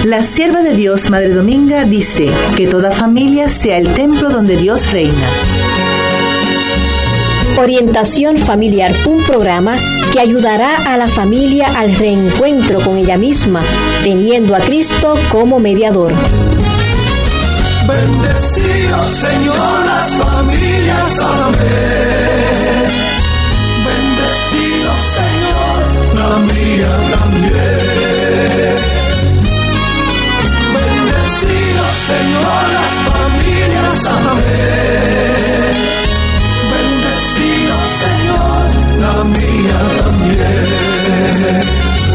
La sierva de Dios, Madre Dominga, dice que toda familia sea el templo donde Dios reina. Orientación Familiar, un programa que ayudará a la familia al reencuentro con ella misma, teniendo a Cristo como mediador. Bendecido Señor las familias, amén. Bendecido Señor, la mía también. Bendecido Señor las familias, amén. Bendecido Señor, la mía también.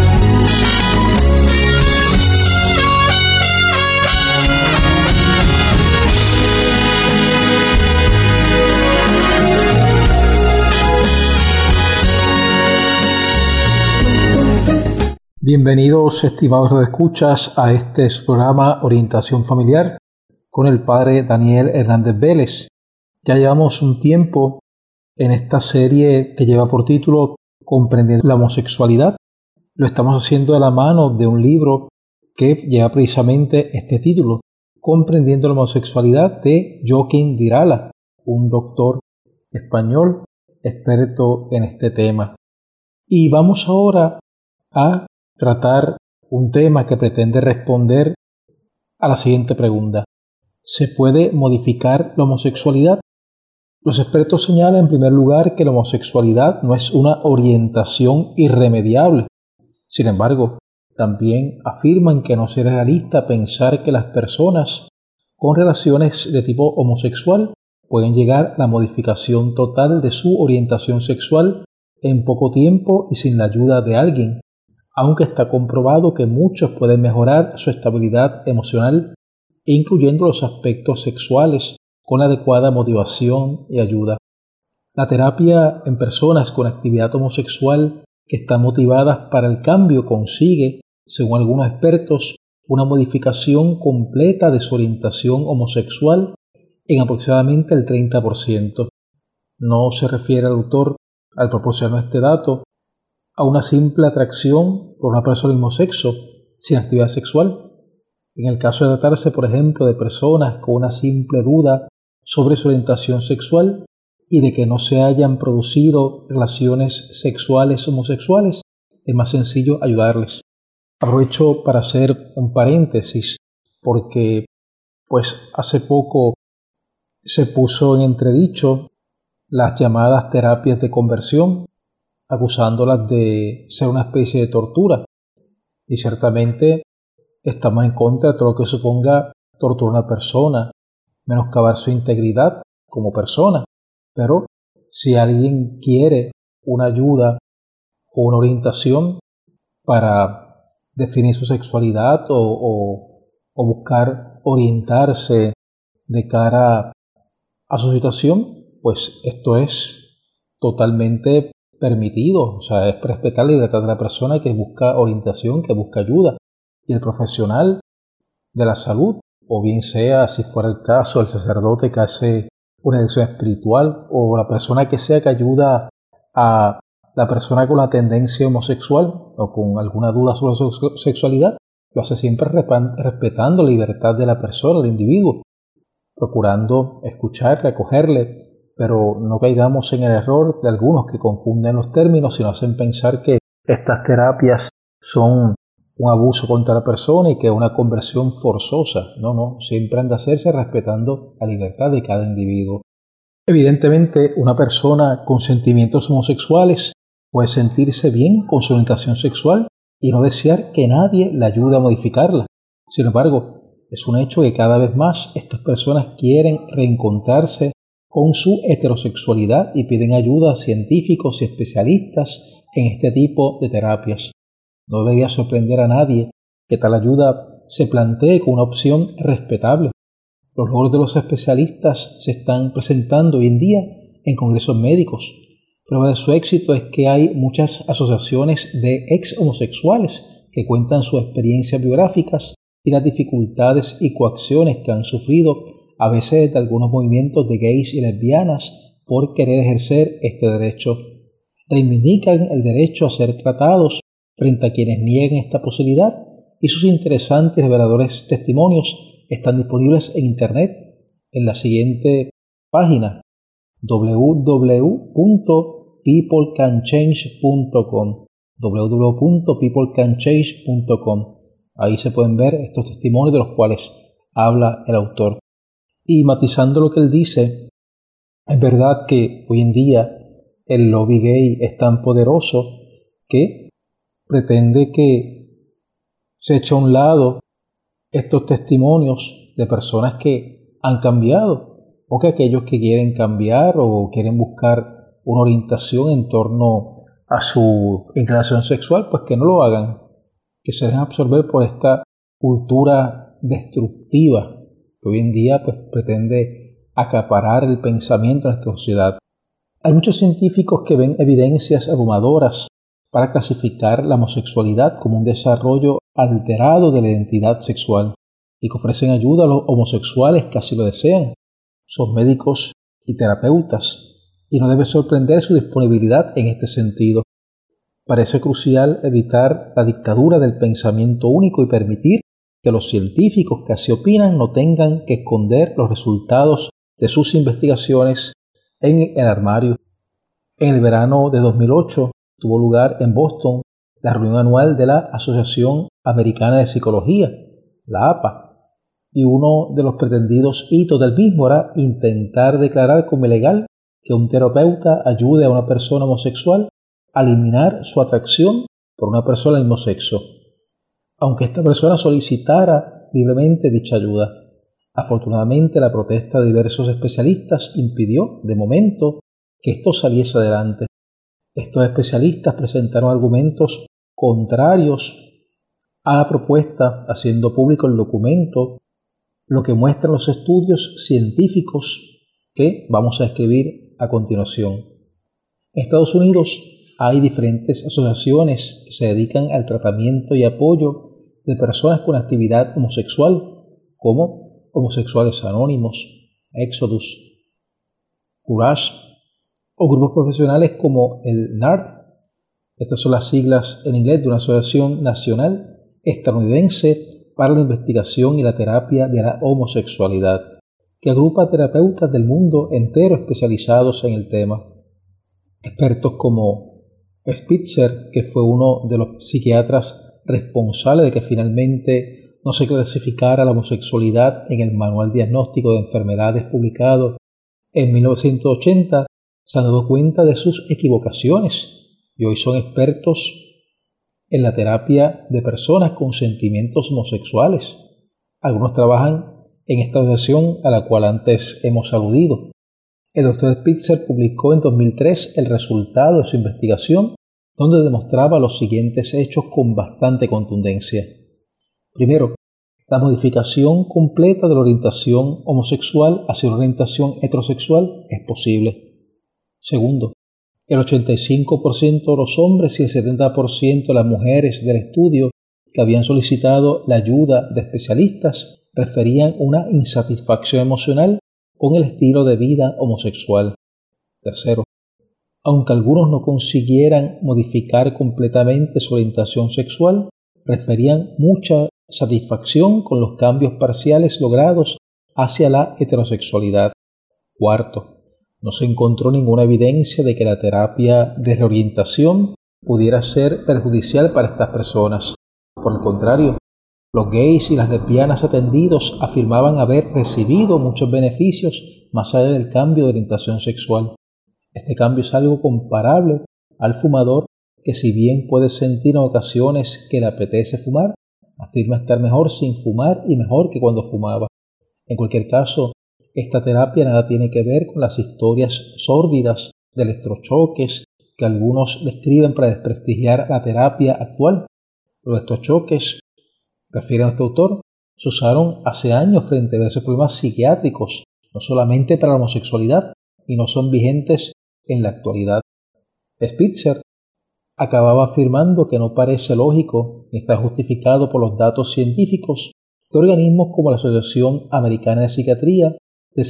Bienvenidos, estimados radioescuchas, a este programa Orientación Familiar con el padre Daniel Hernández Vélez. Ya llevamos un tiempo en esta serie que lleva por título Comprendiendo la homosexualidad. Lo estamos haciendo de la mano de un libro que lleva precisamente este título, Comprendiendo la homosexualidad, de Joaquín Dirala, un doctor español experto en este tema. Y vamos ahora a tratar un tema que pretende responder a la siguiente pregunta. ¿Se puede modificar la homosexualidad? Los expertos señalan en primer lugar que la homosexualidad no es una orientación irremediable. Sin embargo, también afirman que no será realista pensar que las personas con relaciones de tipo homosexual pueden llegar a la modificación total de su orientación sexual en poco tiempo y sin la ayuda de alguien, aunque está comprobado que muchos pueden mejorar su estabilidad emocional, incluyendo los aspectos sexuales, con la adecuada motivación y ayuda. La terapia en personas con actividad homosexual que están motivadas para el cambio consigue, según algunos expertos, una modificación completa de su orientación homosexual en aproximadamente el 30%. No se refiere al autor, al proporcionar este dato, a una simple atracción por una persona del mismo sexo sin actividad sexual. En el caso de tratarse, por ejemplo, de personas con una simple duda sobre su orientación sexual y de que no se hayan producido relaciones sexuales homosexuales, es más sencillo ayudarles. Aprovecho para hacer un paréntesis porque hace poco se puso en entredicho las llamadas terapias de conversión, acusándolas de ser una especie de tortura. Y ciertamente estamos en contra de todo lo que suponga torturar a una persona, menoscabar su integridad como persona. Pero si alguien quiere una ayuda o una orientación para definir su sexualidad o buscar orientarse de cara a su situación, pues esto es totalmente permitido, es respetar la libertad de la persona que busca orientación, que busca ayuda, y el profesional de la salud, o bien sea, si fuera el caso, el sacerdote que hace una dirección espiritual, o la persona que sea que ayuda a la persona con la tendencia homosexual o con alguna duda sobre su sexualidad, lo hace siempre respetando la libertad de la persona, del individuo, procurando escucharle, acogerle, pero no caigamos en el error de algunos que confunden los términos y nos hacen pensar que estas terapias son un abuso contra la persona y que es una conversión forzosa. No, siempre han de hacerse respetando la libertad de cada individuo. Evidentemente, una persona con sentimientos homosexuales puede sentirse bien con su orientación sexual y no desear que nadie le ayude a modificarla. Sin embargo, es un hecho que cada vez más estas personas quieren reencontrarse con su heterosexualidad y piden ayuda a científicos y especialistas en este tipo de terapias. No debería sorprender a nadie que tal ayuda se plantee como una opción respetable. Los logros de los especialistas se están presentando hoy en día en congresos médicos. Prueba de su éxito es que hay muchas asociaciones de ex homosexuales que cuentan sus experiencias biográficas y las dificultades y coacciones que han sufrido a veces de algunos movimientos de gays y lesbianas por querer ejercer este derecho. Reivindican el derecho a ser tratados frente a quienes nieguen esta posibilidad y sus interesantes y reveladores testimonios están disponibles en Internet en la siguiente página: www.peoplecanchange.com www.peoplecanchange.com. Ahí se pueden ver estos testimonios de los cuales habla el autor. Y matizando lo que él dice, es verdad que hoy en día el lobby gay es tan poderoso que pretende que se eche a un lado estos testimonios de personas que han cambiado, o que aquellos que quieren cambiar o quieren buscar una orientación en torno a su inclinación sexual, pues que no lo hagan, que se dejen absorber por esta cultura destructiva que hoy en día pues pretende acaparar el pensamiento de nuestra sociedad. Hay muchos científicos que ven evidencias abrumadoras para clasificar la homosexualidad como un desarrollo alterado de la identidad sexual y que ofrecen ayuda a los homosexuales que así lo desean. Son médicos y terapeutas, y no debe sorprender su disponibilidad en este sentido. Parece crucial evitar la dictadura del pensamiento único y permitir que los científicos que así opinan no tengan que esconder los resultados de sus investigaciones en el armario. En el verano de 2008 tuvo lugar en Boston la reunión anual de la Asociación Americana de Psicología, la APA, y uno de los pretendidos hitos del mismo era intentar declarar como ilegal que un terapeuta ayude a una persona homosexual a eliminar su atracción por una persona del mismo sexo, aunque esta persona solicitara libremente dicha ayuda. Afortunadamente, la protesta de diversos especialistas impidió, de momento, que esto saliese adelante. Estos especialistas presentaron argumentos contrarios a la propuesta, haciendo público el documento, lo que muestran los estudios científicos que vamos a escribir a continuación. En Estados Unidos hay diferentes asociaciones que se dedican al tratamiento y apoyo de personas con actividad homosexual, como Homosexuales Anónimos, Exodus, Courage, o grupos profesionales como el NARD. Estas son las siglas en inglés de una asociación nacional estadounidense para la investigación y la terapia de la homosexualidad, que agrupa terapeutas del mundo entero especializados en el tema. Expertos como Spitzer, que fue uno de los psiquiatras responsables de que finalmente no se clasificara la homosexualidad en el Manual Diagnóstico de Enfermedades publicado en 1980, se han dado cuenta de sus equivocaciones y hoy son expertos en la terapia de personas con sentimientos homosexuales. Algunos trabajan en esta asociación a la cual antes hemos aludido. El Dr. Spitzer publicó en 2003 el resultado de su investigación, donde demostraba los siguientes hechos con bastante contundencia. Primero, la modificación completa de la orientación homosexual hacia una orientación heterosexual es posible. Segundo, el 85% de los hombres y el 70% de las mujeres del estudio que habían solicitado la ayuda de especialistas referían una insatisfacción emocional con el estilo de vida homosexual. Tercero, aunque algunos no consiguieran modificar completamente su orientación sexual, referían mucha satisfacción con los cambios parciales logrados hacia la heterosexualidad. Cuarto, no se encontró ninguna evidencia de que la terapia de reorientación pudiera ser perjudicial para estas personas. Por el contrario, los gays y las lesbianas atendidos afirmaban haber recibido muchos beneficios más allá del cambio de orientación sexual. Este cambio es algo comparable al fumador que, si bien puede sentir en ocasiones que le apetece fumar, afirma estar mejor sin fumar y mejor que cuando fumaba. En cualquier caso, esta terapia nada tiene que ver con las historias sórdidas de electrochoques que algunos describen para desprestigiar la terapia actual. Los electrochoques, refiere a nuestro autor, se usaron hace años frente a diversos problemas psiquiátricos, no solamente para la homosexualidad, y no son vigentes en la actualidad. Spitzer acababa afirmando que no parece lógico ni está justificado por los datos científicos que organismos como la Asociación Americana de Psiquiatría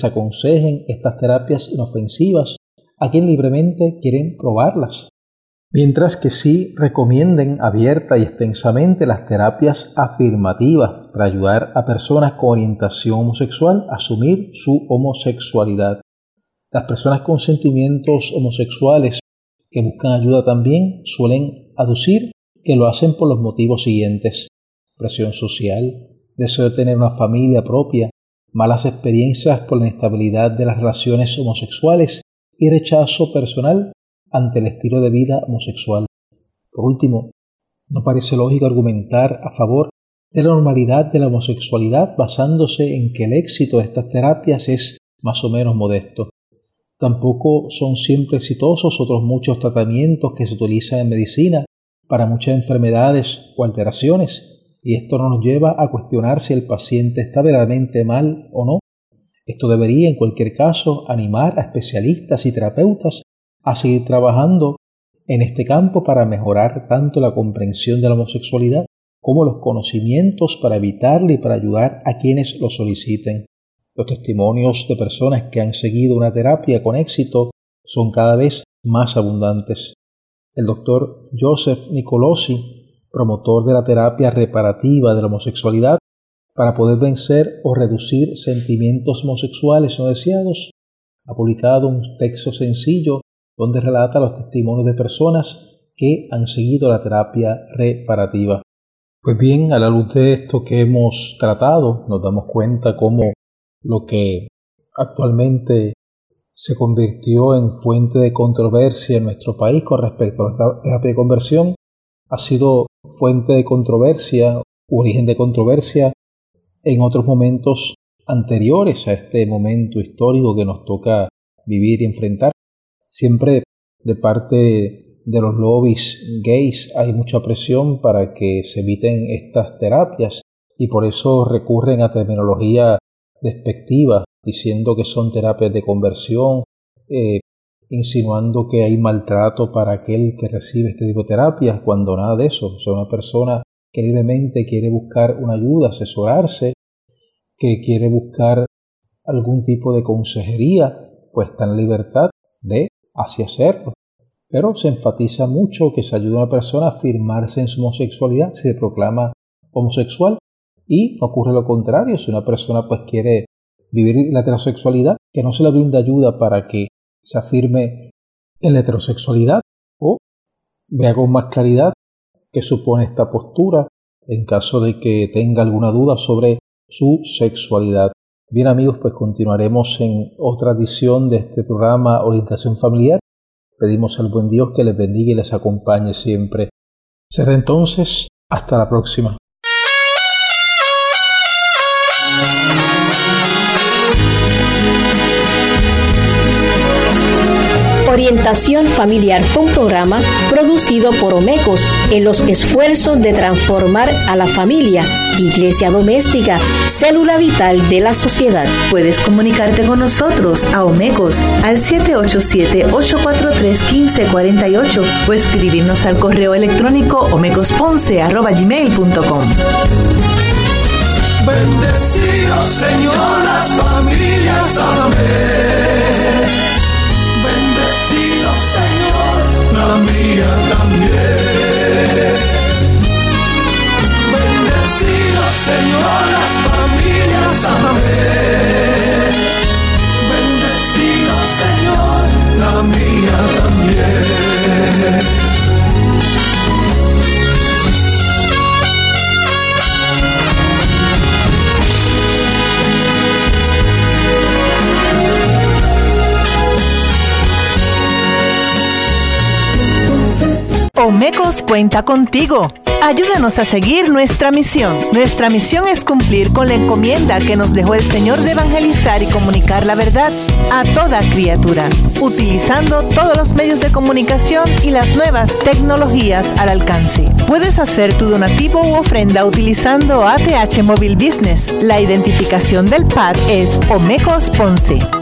desaconsejen estas terapias inofensivas a quienes libremente quieren probarlas. mientras que sí recomienden abierta y extensamente las terapias afirmativas para ayudar a personas con orientación homosexual a asumir su homosexualidad. Las personas con sentimientos homosexuales que buscan ayuda también suelen aducir que lo hacen por los motivos siguientes: presión social, deseo de tener una familia propia, malas experiencias por la inestabilidad de las relaciones homosexuales y rechazo personal ante el estilo de vida homosexual. Por último, no parece lógico argumentar a favor de la normalidad de la homosexualidad basándose en que el éxito de estas terapias es más o menos modesto. Tampoco son siempre exitosos otros muchos tratamientos que se utilizan en medicina para muchas enfermedades o alteraciones, y esto no nos lleva a cuestionar si el paciente está verdaderamente mal o no. Esto debería, en cualquier caso, animar a especialistas y terapeutas a seguir trabajando en este campo para mejorar tanto la comprensión de la homosexualidad como los conocimientos para evitarla y para ayudar a quienes lo soliciten. Los testimonios de personas que han seguido una terapia con éxito son cada vez más abundantes. El doctor Joseph Nicolosi, promotor de la terapia reparativa de la homosexualidad para poder vencer o reducir sentimientos homosexuales no deseados, ha publicado un texto sencillo donde relata los testimonios de personas que han seguido la terapia reparativa. Pues bien, a la luz de esto que hemos tratado, nos damos cuenta cómo lo que actualmente se convirtió en fuente de controversia en nuestro país con respecto a la terapia de conversión ha sido fuente de controversia u origen de controversia en otros momentos anteriores a este momento histórico que nos toca vivir y enfrentar. Siempre de parte de los lobbies gays hay mucha presión para que se eviten estas terapias y por eso recurren a terminología despectiva, diciendo que son terapias de conversión, insinuando que hay maltrato para aquel que recibe este tipo de terapias, cuando nada de eso. O sea, una persona que libremente quiere buscar una ayuda, asesorarse, que quiere buscar algún tipo de consejería, pues está en libertad de así hacerlo. Pero se enfatiza mucho que se ayuda a una persona a afirmarse en su homosexualidad si se proclama homosexual, y ocurre lo contrario. Si una persona pues quiere vivir la heterosexualidad, que no se le brinda ayuda para que se afirme en la heterosexualidad, o vea con más claridad qué supone esta postura en caso de que tenga alguna duda sobre su sexualidad. Bien amigos, pues continuaremos en otra edición de este programa Orientación Familiar. Pedimos al buen Dios que les bendiga y les acompañe siempre. Será entonces, hasta la próxima. Orientación Familiar fue un programa producido por Omecos en los esfuerzos de transformar a la familia, iglesia doméstica, célula vital de la sociedad. Puedes comunicarte con nosotros a Omecos al 787-843-1548 o escribirnos al correo electrónico omecosponce@gmail.com. Bendecido Señor las familias, amén. Bendecido Señor la mía también. Bendecido Señor las familias, amén. Bendecido Señor la mía también. Omecos cuenta contigo. Ayúdanos a seguir nuestra misión. Nuestra misión es cumplir con la encomienda que nos dejó el Señor de evangelizar y comunicar la verdad a toda criatura, utilizando todos los medios de comunicación y las nuevas tecnologías al alcance. Puedes hacer tu donativo u ofrenda utilizando ATH Móvil Business. La identificación del PAD es Omecos Ponce.